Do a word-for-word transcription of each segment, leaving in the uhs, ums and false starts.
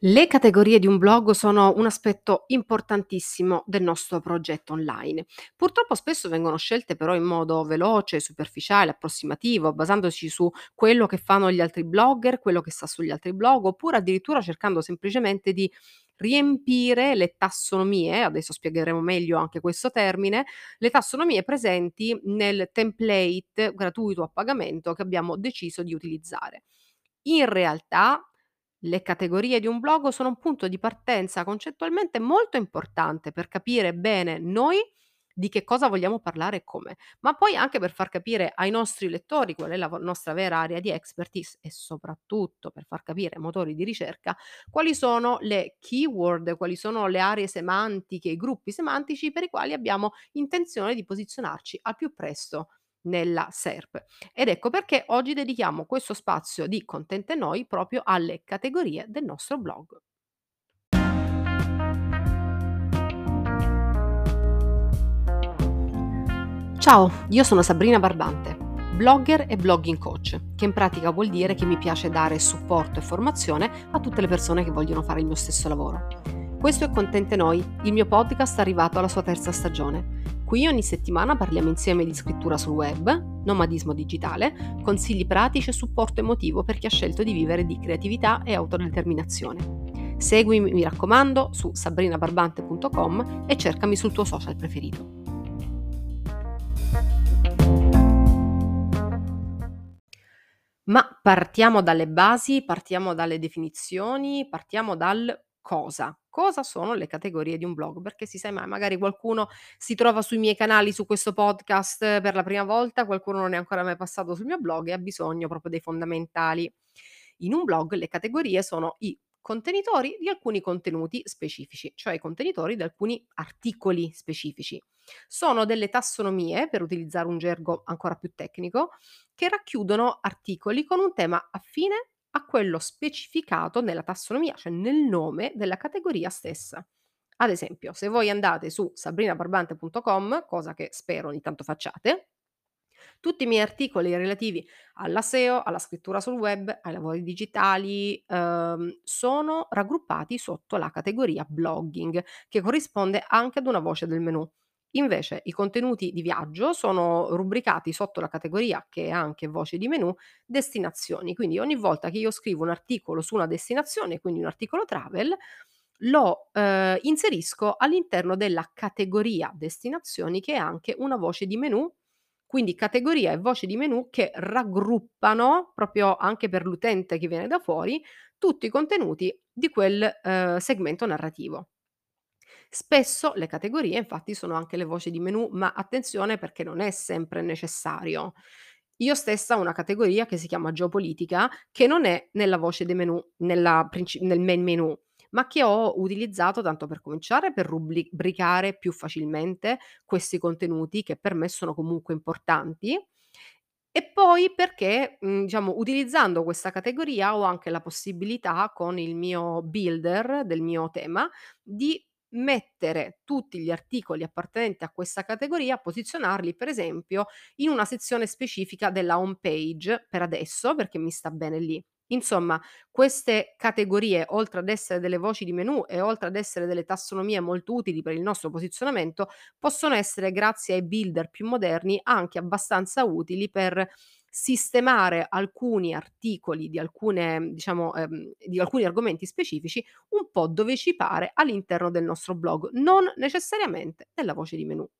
Le categorie di un blog sono un aspetto importantissimo del nostro progetto online. Purtroppo spesso vengono scelte però in modo veloce, superficiale, approssimativo, basandosi su quello che fanno gli altri blogger, quello che sta sugli altri blog, oppure addirittura cercando semplicemente di riempire le tassonomie, adesso spiegheremo meglio anche questo termine, le tassonomie presenti nel template gratuito a pagamento che abbiamo deciso di utilizzare. In realtà le categorie di un blog sono un punto di partenza concettualmente molto importante per capire bene noi di che cosa vogliamo parlare e come, ma poi anche per far capire ai nostri lettori qual è la vo- nostra vera area di expertise e soprattutto per far capire ai motori di ricerca quali sono le keyword, quali sono le aree semantiche, i gruppi semantici per i quali abbiamo intenzione di posizionarci al più presto nella S E R P. Ed ecco perché oggi dedichiamo questo spazio di Content e Noi proprio alle categorie del nostro blog. Ciao, io sono Sabrina Barbante, blogger e blogging coach, che in pratica vuol dire che mi piace dare supporto e formazione a tutte le persone che vogliono fare il mio stesso lavoro. Questo è Content e Noi, il mio podcast arrivato alla sua terza stagione. Qui ogni settimana parliamo insieme di scrittura sul web, nomadismo digitale, consigli pratici e supporto emotivo per chi ha scelto di vivere di creatività e autodeterminazione. Seguimi, mi raccomando, su sabrinabarbante punto com e cercami sul tuo social preferito. Ma partiamo dalle basi, partiamo dalle definizioni, partiamo dal cosa. Cosa sono le categorie di un blog? Perché si sai mai, magari qualcuno si trova sui miei canali, su questo podcast per la prima volta, qualcuno non è ancora mai passato sul mio blog e ha bisogno proprio dei fondamentali. In un blog le categorie sono i contenitori di alcuni contenuti specifici, cioè i contenitori di alcuni articoli specifici. Sono delle tassonomie, per utilizzare un gergo ancora più tecnico, che racchiudono articoli con un tema affine a quello specificato nella tassonomia, cioè nel nome della categoria stessa. Ad esempio, se voi andate su sabrinabarbante punto com, cosa che spero ogni tanto facciate, tutti i miei articoli relativi alla S E O, alla scrittura sul web, ai lavori digitali, ehm, sono raggruppati sotto la categoria blogging, che corrisponde anche ad una voce del menu. Invece i contenuti di viaggio sono rubricati sotto la categoria, che è anche voce di menu, destinazioni. Quindi ogni volta che io scrivo un articolo su una destinazione, quindi un articolo travel, lo eh, inserisco all'interno della categoria destinazioni, che è anche una voce di menu, quindi categoria e voci di menu che raggruppano, proprio anche per l'utente che viene da fuori, tutti i contenuti di quel, ehm, segmento narrativo. Spesso le categorie infatti sono anche le voci di menu, ma attenzione perché non è sempre necessario. Io stessa ho una categoria che si chiama geopolitica, che non è nella voce dei menu, nella princi nel main menu, ma che ho utilizzato tanto per cominciare per rubricare più facilmente questi contenuti che per me sono comunque importanti e poi perché, mhmm, diciamo utilizzando questa categoria ho anche la possibilità con il mio builder del mio tema, di mettere tutti gli articoli appartenenti a questa categoria, posizionarli per esempio in una sezione specifica della home page, per adesso, perché mi sta bene lì. Insomma, queste categorie, oltre ad essere delle voci di menu e oltre ad essere delle tassonomie molto utili per il nostro posizionamento, possono essere, grazie ai builder più moderni, anche abbastanza utili per sistemare alcuni articoli di alcune diciamo, ehm, di alcuni argomenti specifici un po' dove ci pare all'interno del nostro blog, non necessariamente nella voce di menu.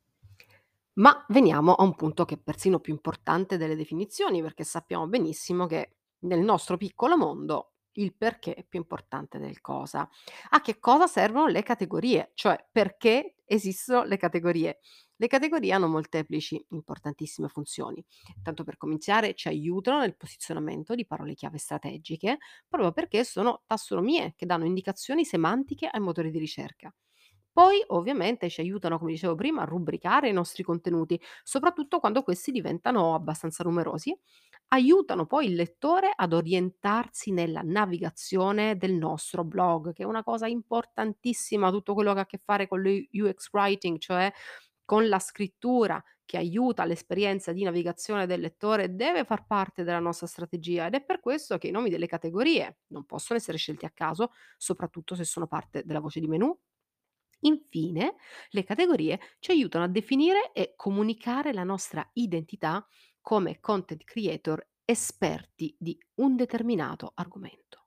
Ma veniamo a un punto che è persino più importante delle definizioni, perché sappiamo benissimo che nel nostro piccolo mondo il perché è più importante del cosa. A che cosa servono le categorie? Cioè perché esistono le categorie? Le categorie hanno molteplici importantissime funzioni. Tanto per cominciare ci aiutano nel posizionamento di parole chiave strategiche, proprio perché sono tassonomie che danno indicazioni semantiche ai motori di ricerca. Poi ovviamente ci aiutano, come dicevo prima, a rubricare i nostri contenuti, soprattutto quando questi diventano abbastanza numerosi. Aiutano poi il lettore ad orientarsi nella navigazione del nostro blog, che è una cosa importantissima, tutto quello che ha a che fare con l'U X writing, cioè con la scrittura che aiuta l'esperienza di navigazione del lettore deve far parte della nostra strategia ed è per questo che i nomi delle categorie non possono essere scelti a caso, soprattutto se sono parte della voce di menu. Infine, le categorie ci aiutano a definire e comunicare la nostra identità come content creator esperti di un determinato argomento.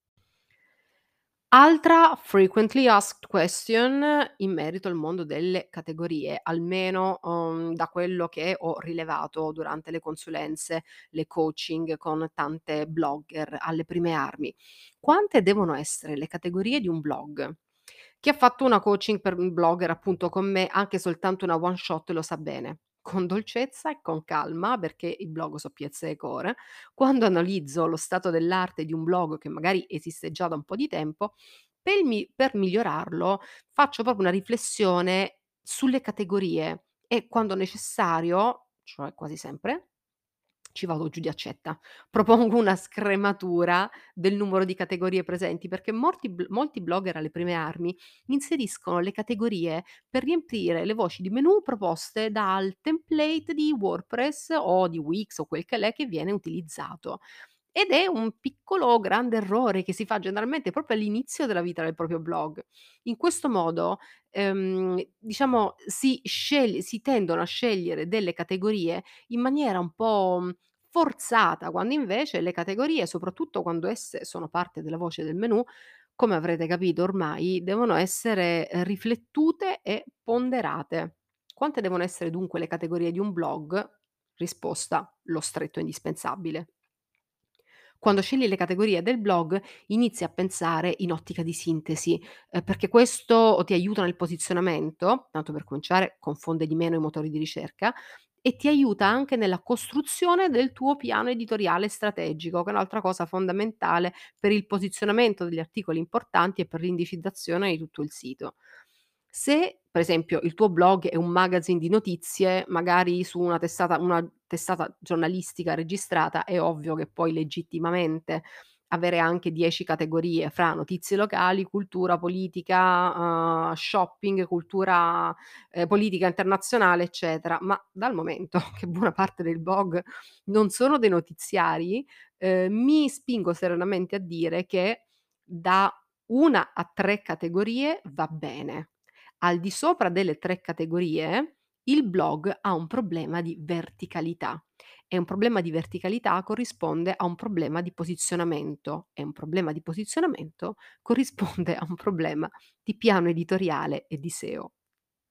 Altra frequently asked question in merito al mondo delle categorie, almeno, uhm, da quello che ho rilevato durante le consulenze, le coaching con tante blogger alle prime armi. Quante devono essere le categorie di un blog? Chi ha fatto una coaching per un blogger appunto con me, anche soltanto una one shot lo sa bene. Con dolcezza e con calma, perché i blog so piezze e core, quando analizzo lo stato dell'arte di un blog che magari esiste già da un po' di tempo, per mi per migliorarlo faccio proprio una riflessione sulle categorie e quando necessario, cioè quasi sempre, ci vado giù di accetta. Propongo una scrematura del numero di categorie presenti, perché morti bl molti blogger alle prime armi inseriscono le categorie per riempire le voci di menu proposte dal template di WordPress o di Wix o quel che l'è che viene utilizzato. Ed è un piccolo o grande errore che si fa generalmente proprio all'inizio della vita del proprio blog. In questo modo, ehm, diciamo si sceglie si tendono a scegliere delle categorie in maniera un po', mhmm, forzata, quando invece le categorie, soprattutto quando esse sono parte della voce del menu, come avrete capito ormai, devono essere, ehm, riflettute e ponderate. Quante devono essere dunque le categorie di un blog? Risposta: lo stretto indispensabile. Quando scegli le categorie del blog inizi a pensare in ottica di sintesi, ehm, perché questo o ti aiuta nel posizionamento, tanto per cominciare confonde di meno i motori di ricerca, e ti aiuta anche nella costruzione del tuo piano editoriale strategico, che è un'altra cosa fondamentale per il posizionamento degli articoli importanti e per l'indicizzazione di tutto il sito. Se, per esempio, il tuo blog è un magazine di notizie, magari su una testata una testata giornalistica registrata, è ovvio che puoi legittimamente avere anche dieci categorie fra notizie locali, cultura, politica, uhm, shopping, cultura, ehm, politica internazionale, eccetera. Ma dal momento che buona parte del blog non sono dei notiziari, ehm, mi spingo serenamente a dire che da una a tre categorie va bene. Al di sopra delle tre categorie, il blog ha un problema di verticalità e un problema di verticalità corrisponde a un problema di posizionamento e un problema di posizionamento corrisponde a un problema di piano editoriale e di S E O.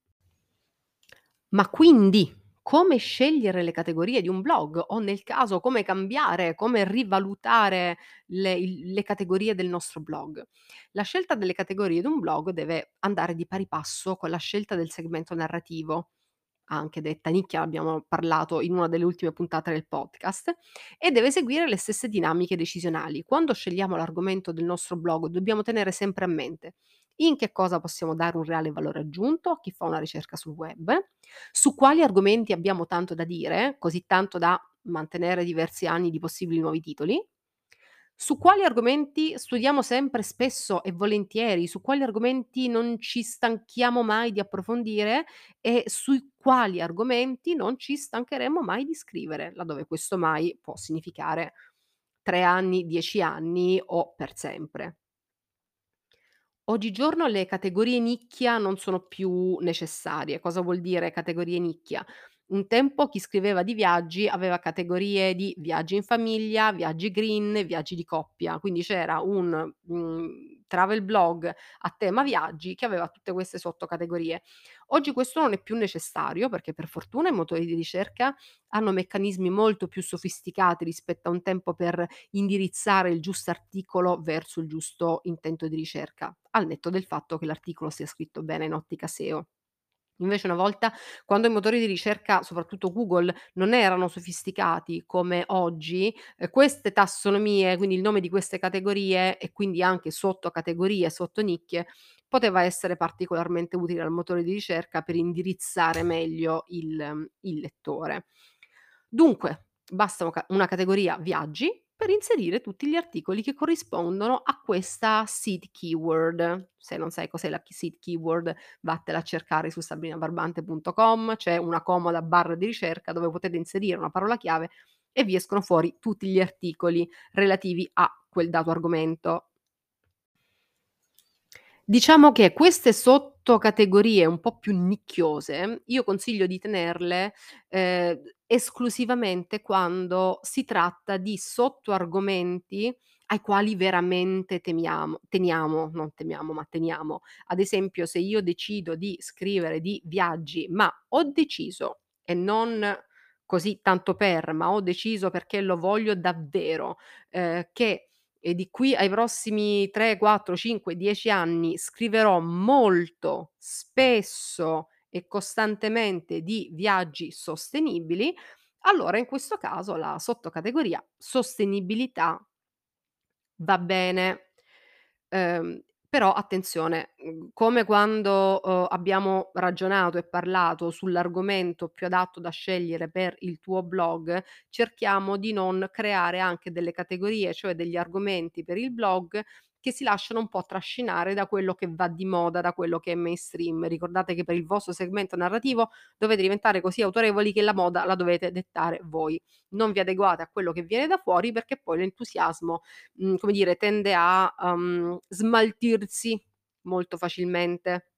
Ma quindi, come scegliere le categorie di un blog o nel caso come cambiare, come rivalutare le il le categorie del nostro blog? La scelta delle categorie di un blog deve andare di pari passo con la scelta del segmento narrativo, anche detta nicchia, abbiamo parlato in una delle ultime puntate del podcast, e deve seguire le stesse dinamiche decisionali. Quando scegliamo l'argomento del nostro blog dobbiamo tenere sempre a mente in che cosa possiamo dare un reale valore aggiunto a chi fa una ricerca sul web, su quali argomenti abbiamo tanto da dire, così tanto da mantenere diversi anni di possibili nuovi titoli, su quali argomenti studiamo sempre spesso e volentieri, su quali argomenti non ci stanchiamo mai di approfondire e sui quali argomenti non ci stancheremo mai di scrivere, laddove questo mai può significare tre anni, dieci anni o per sempre. Oggigiorno le categorie nicchia non sono più necessarie. Cosa vuol dire categorie nicchia? Un tempo chi scriveva di viaggi aveva categorie di viaggi in famiglia, viaggi green, viaggi di coppia, quindi c'era un, mhmm, travel blog a tema viaggi che aveva tutte queste sottocategorie. Oggi questo non è più necessario perché per fortuna i motori di ricerca hanno meccanismi molto più sofisticati rispetto a un tempo per indirizzare il giusto articolo verso il giusto intento di ricerca, al netto del fatto che l'articolo sia scritto bene in ottica S E O. Invece una volta, quando i motori di ricerca, soprattutto Google, non erano sofisticati come oggi, ehm, queste tassonomie, quindi il nome di queste categorie e quindi anche sottocategorie, sottonicchie, poteva essere particolarmente utile al motore di ricerca per indirizzare meglio il il lettore. Dunque, basta una ca una categoria viaggi, per inserire tutti gli articoli che corrispondono a questa seed keyword. Se non sai cos'è la chi seed keyword, vattela a cercare su sabrina barbante punto com, c'è una comoda barra di ricerca dove potete inserire una parola chiave e vi escono fuori tutti gli articoli relativi a quel dato argomento. Diciamo che queste sottocategorie un po' più nicchiose, io consiglio di tenerle, ehm, esclusivamente quando si tratta di sottoargomenti ai quali veramente temiamo teniamo, non temiamo, ma teniamo. Ad esempio, se io decido di scrivere di viaggi, ma ho deciso e non così tanto per, ma ho deciso perché lo voglio davvero, ehm, che e di qui ai prossimi tre, quattro, cinque, dieci anni scriverò molto, spesso e costantemente di viaggi sostenibili, allora in questo caso la sottocategoria sostenibilità va bene. Ehm, però attenzione, mhmm, come quando, uhm, abbiamo ragionato e parlato sull'argomento più adatto da scegliere per il tuo blog, cerchiamo di non creare anche delle categorie, cioè degli argomenti per il blog che si lasciano un po' trascinare da quello che va di moda, da quello che è mainstream. Ricordate che per il vostro segmento narrativo dovete diventare così autorevoli che la moda la dovete dettare voi. Non vi adeguate a quello che viene da fuori perché poi l'entusiasmo mhmm, come dire, tende a, uhm, smaltirsi molto facilmente.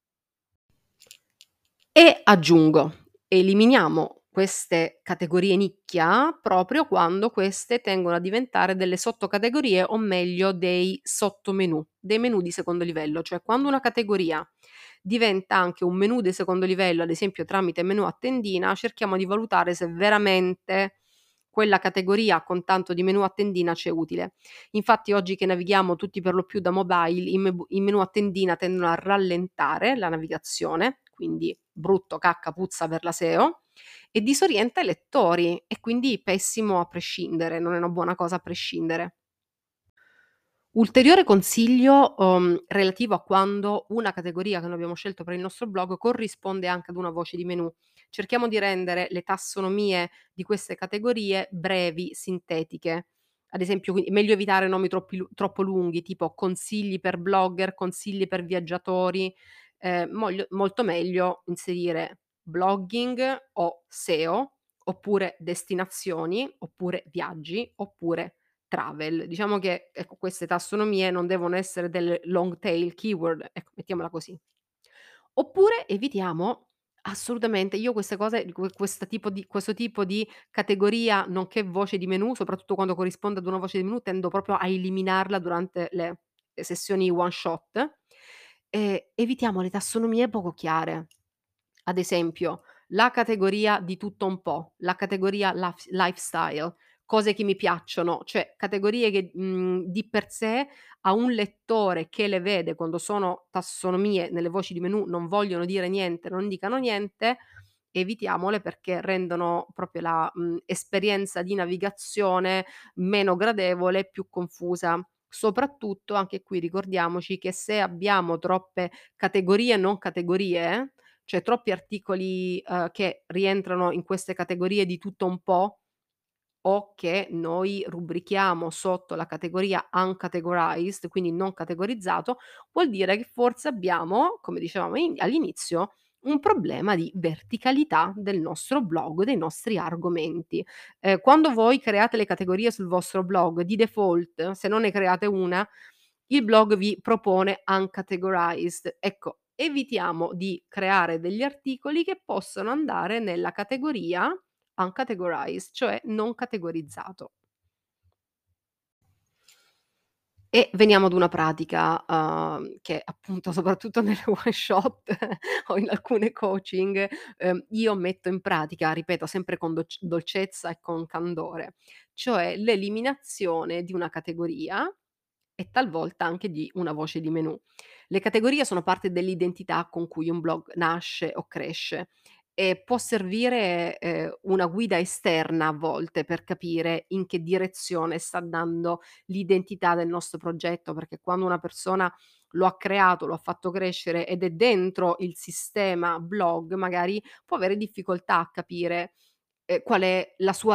E aggiungo, eliminiamo queste categorie nicchia proprio quando queste tengono a diventare delle sottocategorie o meglio dei sottomenù, dei menù di secondo livello, cioè quando una categoria diventa anche un menù di secondo livello, ad esempio tramite menu a tendina, cerchiamo di valutare se veramente quella categoria con tanto di menu a tendina c'è utile. Infatti oggi che navighiamo tutti per lo più da mobile, i mebu i menu a tendina tendono a rallentare la navigazione, quindi brutto, cacca, puzza per la S E O, e disorienta i lettori e quindi pessimo a prescindere, non è una buona cosa a prescindere. Ulteriore consiglio, uhm, relativo a quando una categoria che noi abbiamo scelto per il nostro blog corrisponde anche ad una voce di menu. Cerchiamo di rendere le tassonomie di queste categorie brevi, sintetiche. Ad esempio, qui meglio evitare nomi troppi lu troppo lunghi, tipo consigli per blogger, consigli per viaggiatori, ehm, moglio molto meglio inserire blogging o S E O, oppure destinazioni, oppure viaggi, oppure travel. Diciamo che, ecco, queste tassonomie non devono essere delle long tail keyword, ecco, mettiamola così. Oppure evitiamo assolutamente io queste cose que questa tipo di questo tipo di categoria, nonché voce di menu, soprattutto quando corrisponde ad una voce di menu, tendo proprio a eliminarla durante le le sessioni one shot. Ehm, evitiamo le tassonomie poco chiare. Ad esempio, la categoria di tutto un po', la categoria laf lifestyle, cose che mi piacciono, cioè categorie che, mhmm, di per sé a un lettore che le vede quando sono tassonomie nelle voci di menu non vogliono dire niente, non indicano niente, evitiamole perché rendono proprio la, mhmm, esperienza di navigazione meno gradevole e più confusa. Soprattutto, anche qui ricordiamoci che se abbiamo troppe categorie non categorie, cioè troppi articoli, uhm, che rientrano in queste categorie di tutto un po', o che noi rubrichiamo sotto la categoria uncategorized, quindi non categorizzato, vuol dire che forse abbiamo, come dicevamo in all'inizio, un problema di verticalità del nostro blog, dei nostri argomenti. Ehm, quando voi create le categorie sul vostro blog, di default, se non ne create una, il blog vi propone uncategorized. Ecco, evitiamo di creare degli articoli che possono andare nella categoria uncategorized, cioè non categorizzato. E veniamo ad una pratica, uhm, che appunto soprattutto nelle one shot o in alcune coaching, ehm, io metto in pratica, ripeto sempre con doc dolcezza e con candore, cioè l'eliminazione di una categoria e talvolta anche di una voce di menu. Le categorie sono parte dell'identità con cui un blog nasce o cresce e può servire, ehm, una guida esterna a volte per capire in che direzione sta andando l'identità del nostro progetto, perché quando una persona lo ha creato, lo ha fatto crescere ed è dentro il sistema blog, magari può avere difficoltà a capire, ehm, qual è la sua real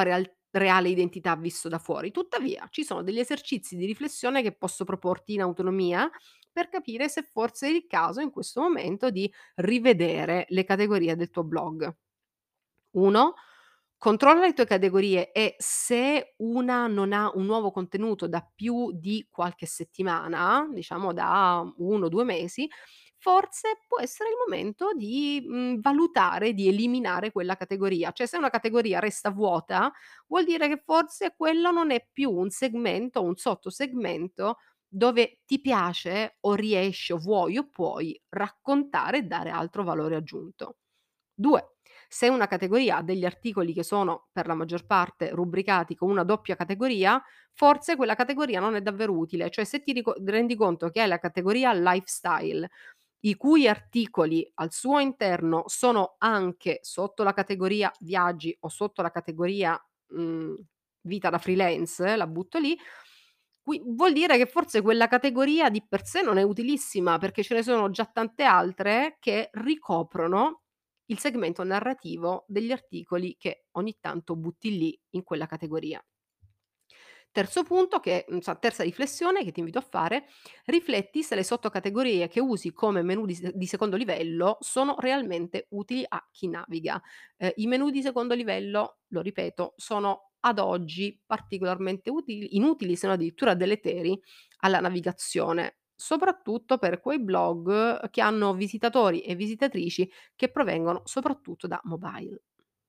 reale identità visto da fuori. Tuttavia, ci sono degli esercizi di riflessione che posso proporti in autonomia per capire se forse è il caso in questo momento di rivedere le categorie del tuo blog. uno. Controlla le tue categorie e se una non ha un nuovo contenuto da più di qualche settimana, diciamo da uno, due mesi, forse può essere il momento di, mhmm, valutare di eliminare quella categoria. Cioè se una categoria resta vuota, vuol dire che forse quello non è più un segmento o un sottosegmento dove ti piace o riesci o vuoi o puoi raccontare e dare altro valore aggiunto. due. Se una categoria ha degli articoli che sono per la maggior parte rubricati con una doppia categoria, forse quella categoria non è davvero utile. Cioè se ti rico rendi conto che hai la categoria lifestyle, i cui articoli al suo interno sono anche sotto la categoria viaggi o sotto la categoria, mhmm, vita da freelance, la butto lì, qui vuol dire che forse quella categoria di per sé non è utilissima, perché ce ne sono già tante altre che ricoprono il segmento narrativo degli articoli che ogni tanto butti lì in quella categoria. Terzo punto che mhmm, sa terza riflessione che ti invito a fare: rifletti se le sottocategorie che usi come menu di se di secondo livello sono realmente utili a chi naviga. Ehm, I menu di secondo livello, lo ripeto, sono ad oggi particolarmente utili inutili, se non addirittura deleteri alla navigazione, soprattutto per quei blog che hanno visitatori e visitatrici che provengono soprattutto da mobile.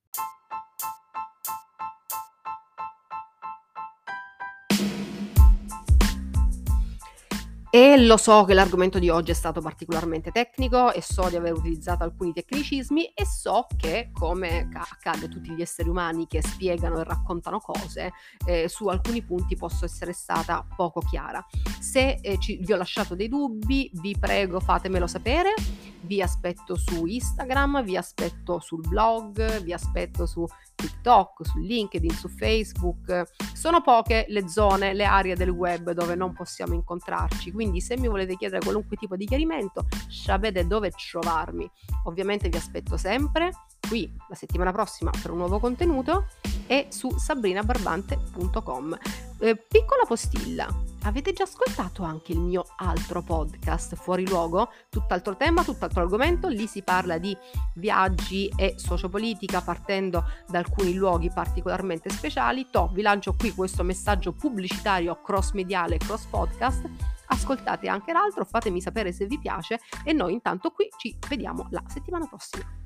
E lo so che l'argomento di oggi è stato particolarmente tecnico e so di aver utilizzato alcuni tecnicismi e so che, come ca accade a tutti gli esseri umani che spiegano e raccontano cose, ehm, su alcuni punti posso essere stata poco chiara. Se, ehm, ci vi ho lasciato dei dubbi, vi prego fatemelo sapere. Vi aspetto su Instagram, vi aspetto sul blog, vi aspetto su TikTok, su LinkedIn, su Facebook. Sono poche le zone, le aree del web dove non possiamo incontrarci, quindi se mi volete chiedere qualunque tipo di chiarimento, sapete dove trovarmi. Ovviamente vi aspetto sempre qui la settimana prossima per un nuovo contenuto e su sabrina barbante punto com. Eh, piccola postilla, avete già ascoltato anche il mio altro podcast Fuori Luogo? Tutt'altro tema, tutt'altro argomento, lì si parla di viaggi e sociopolitica partendo da alcuni luoghi particolarmente speciali. To, vi lancio qui questo messaggio pubblicitario cross mediale, cross podcast. Ascoltate anche l'altro, fatemi sapere se vi piace e noi intanto qui ci vediamo la settimana prossima.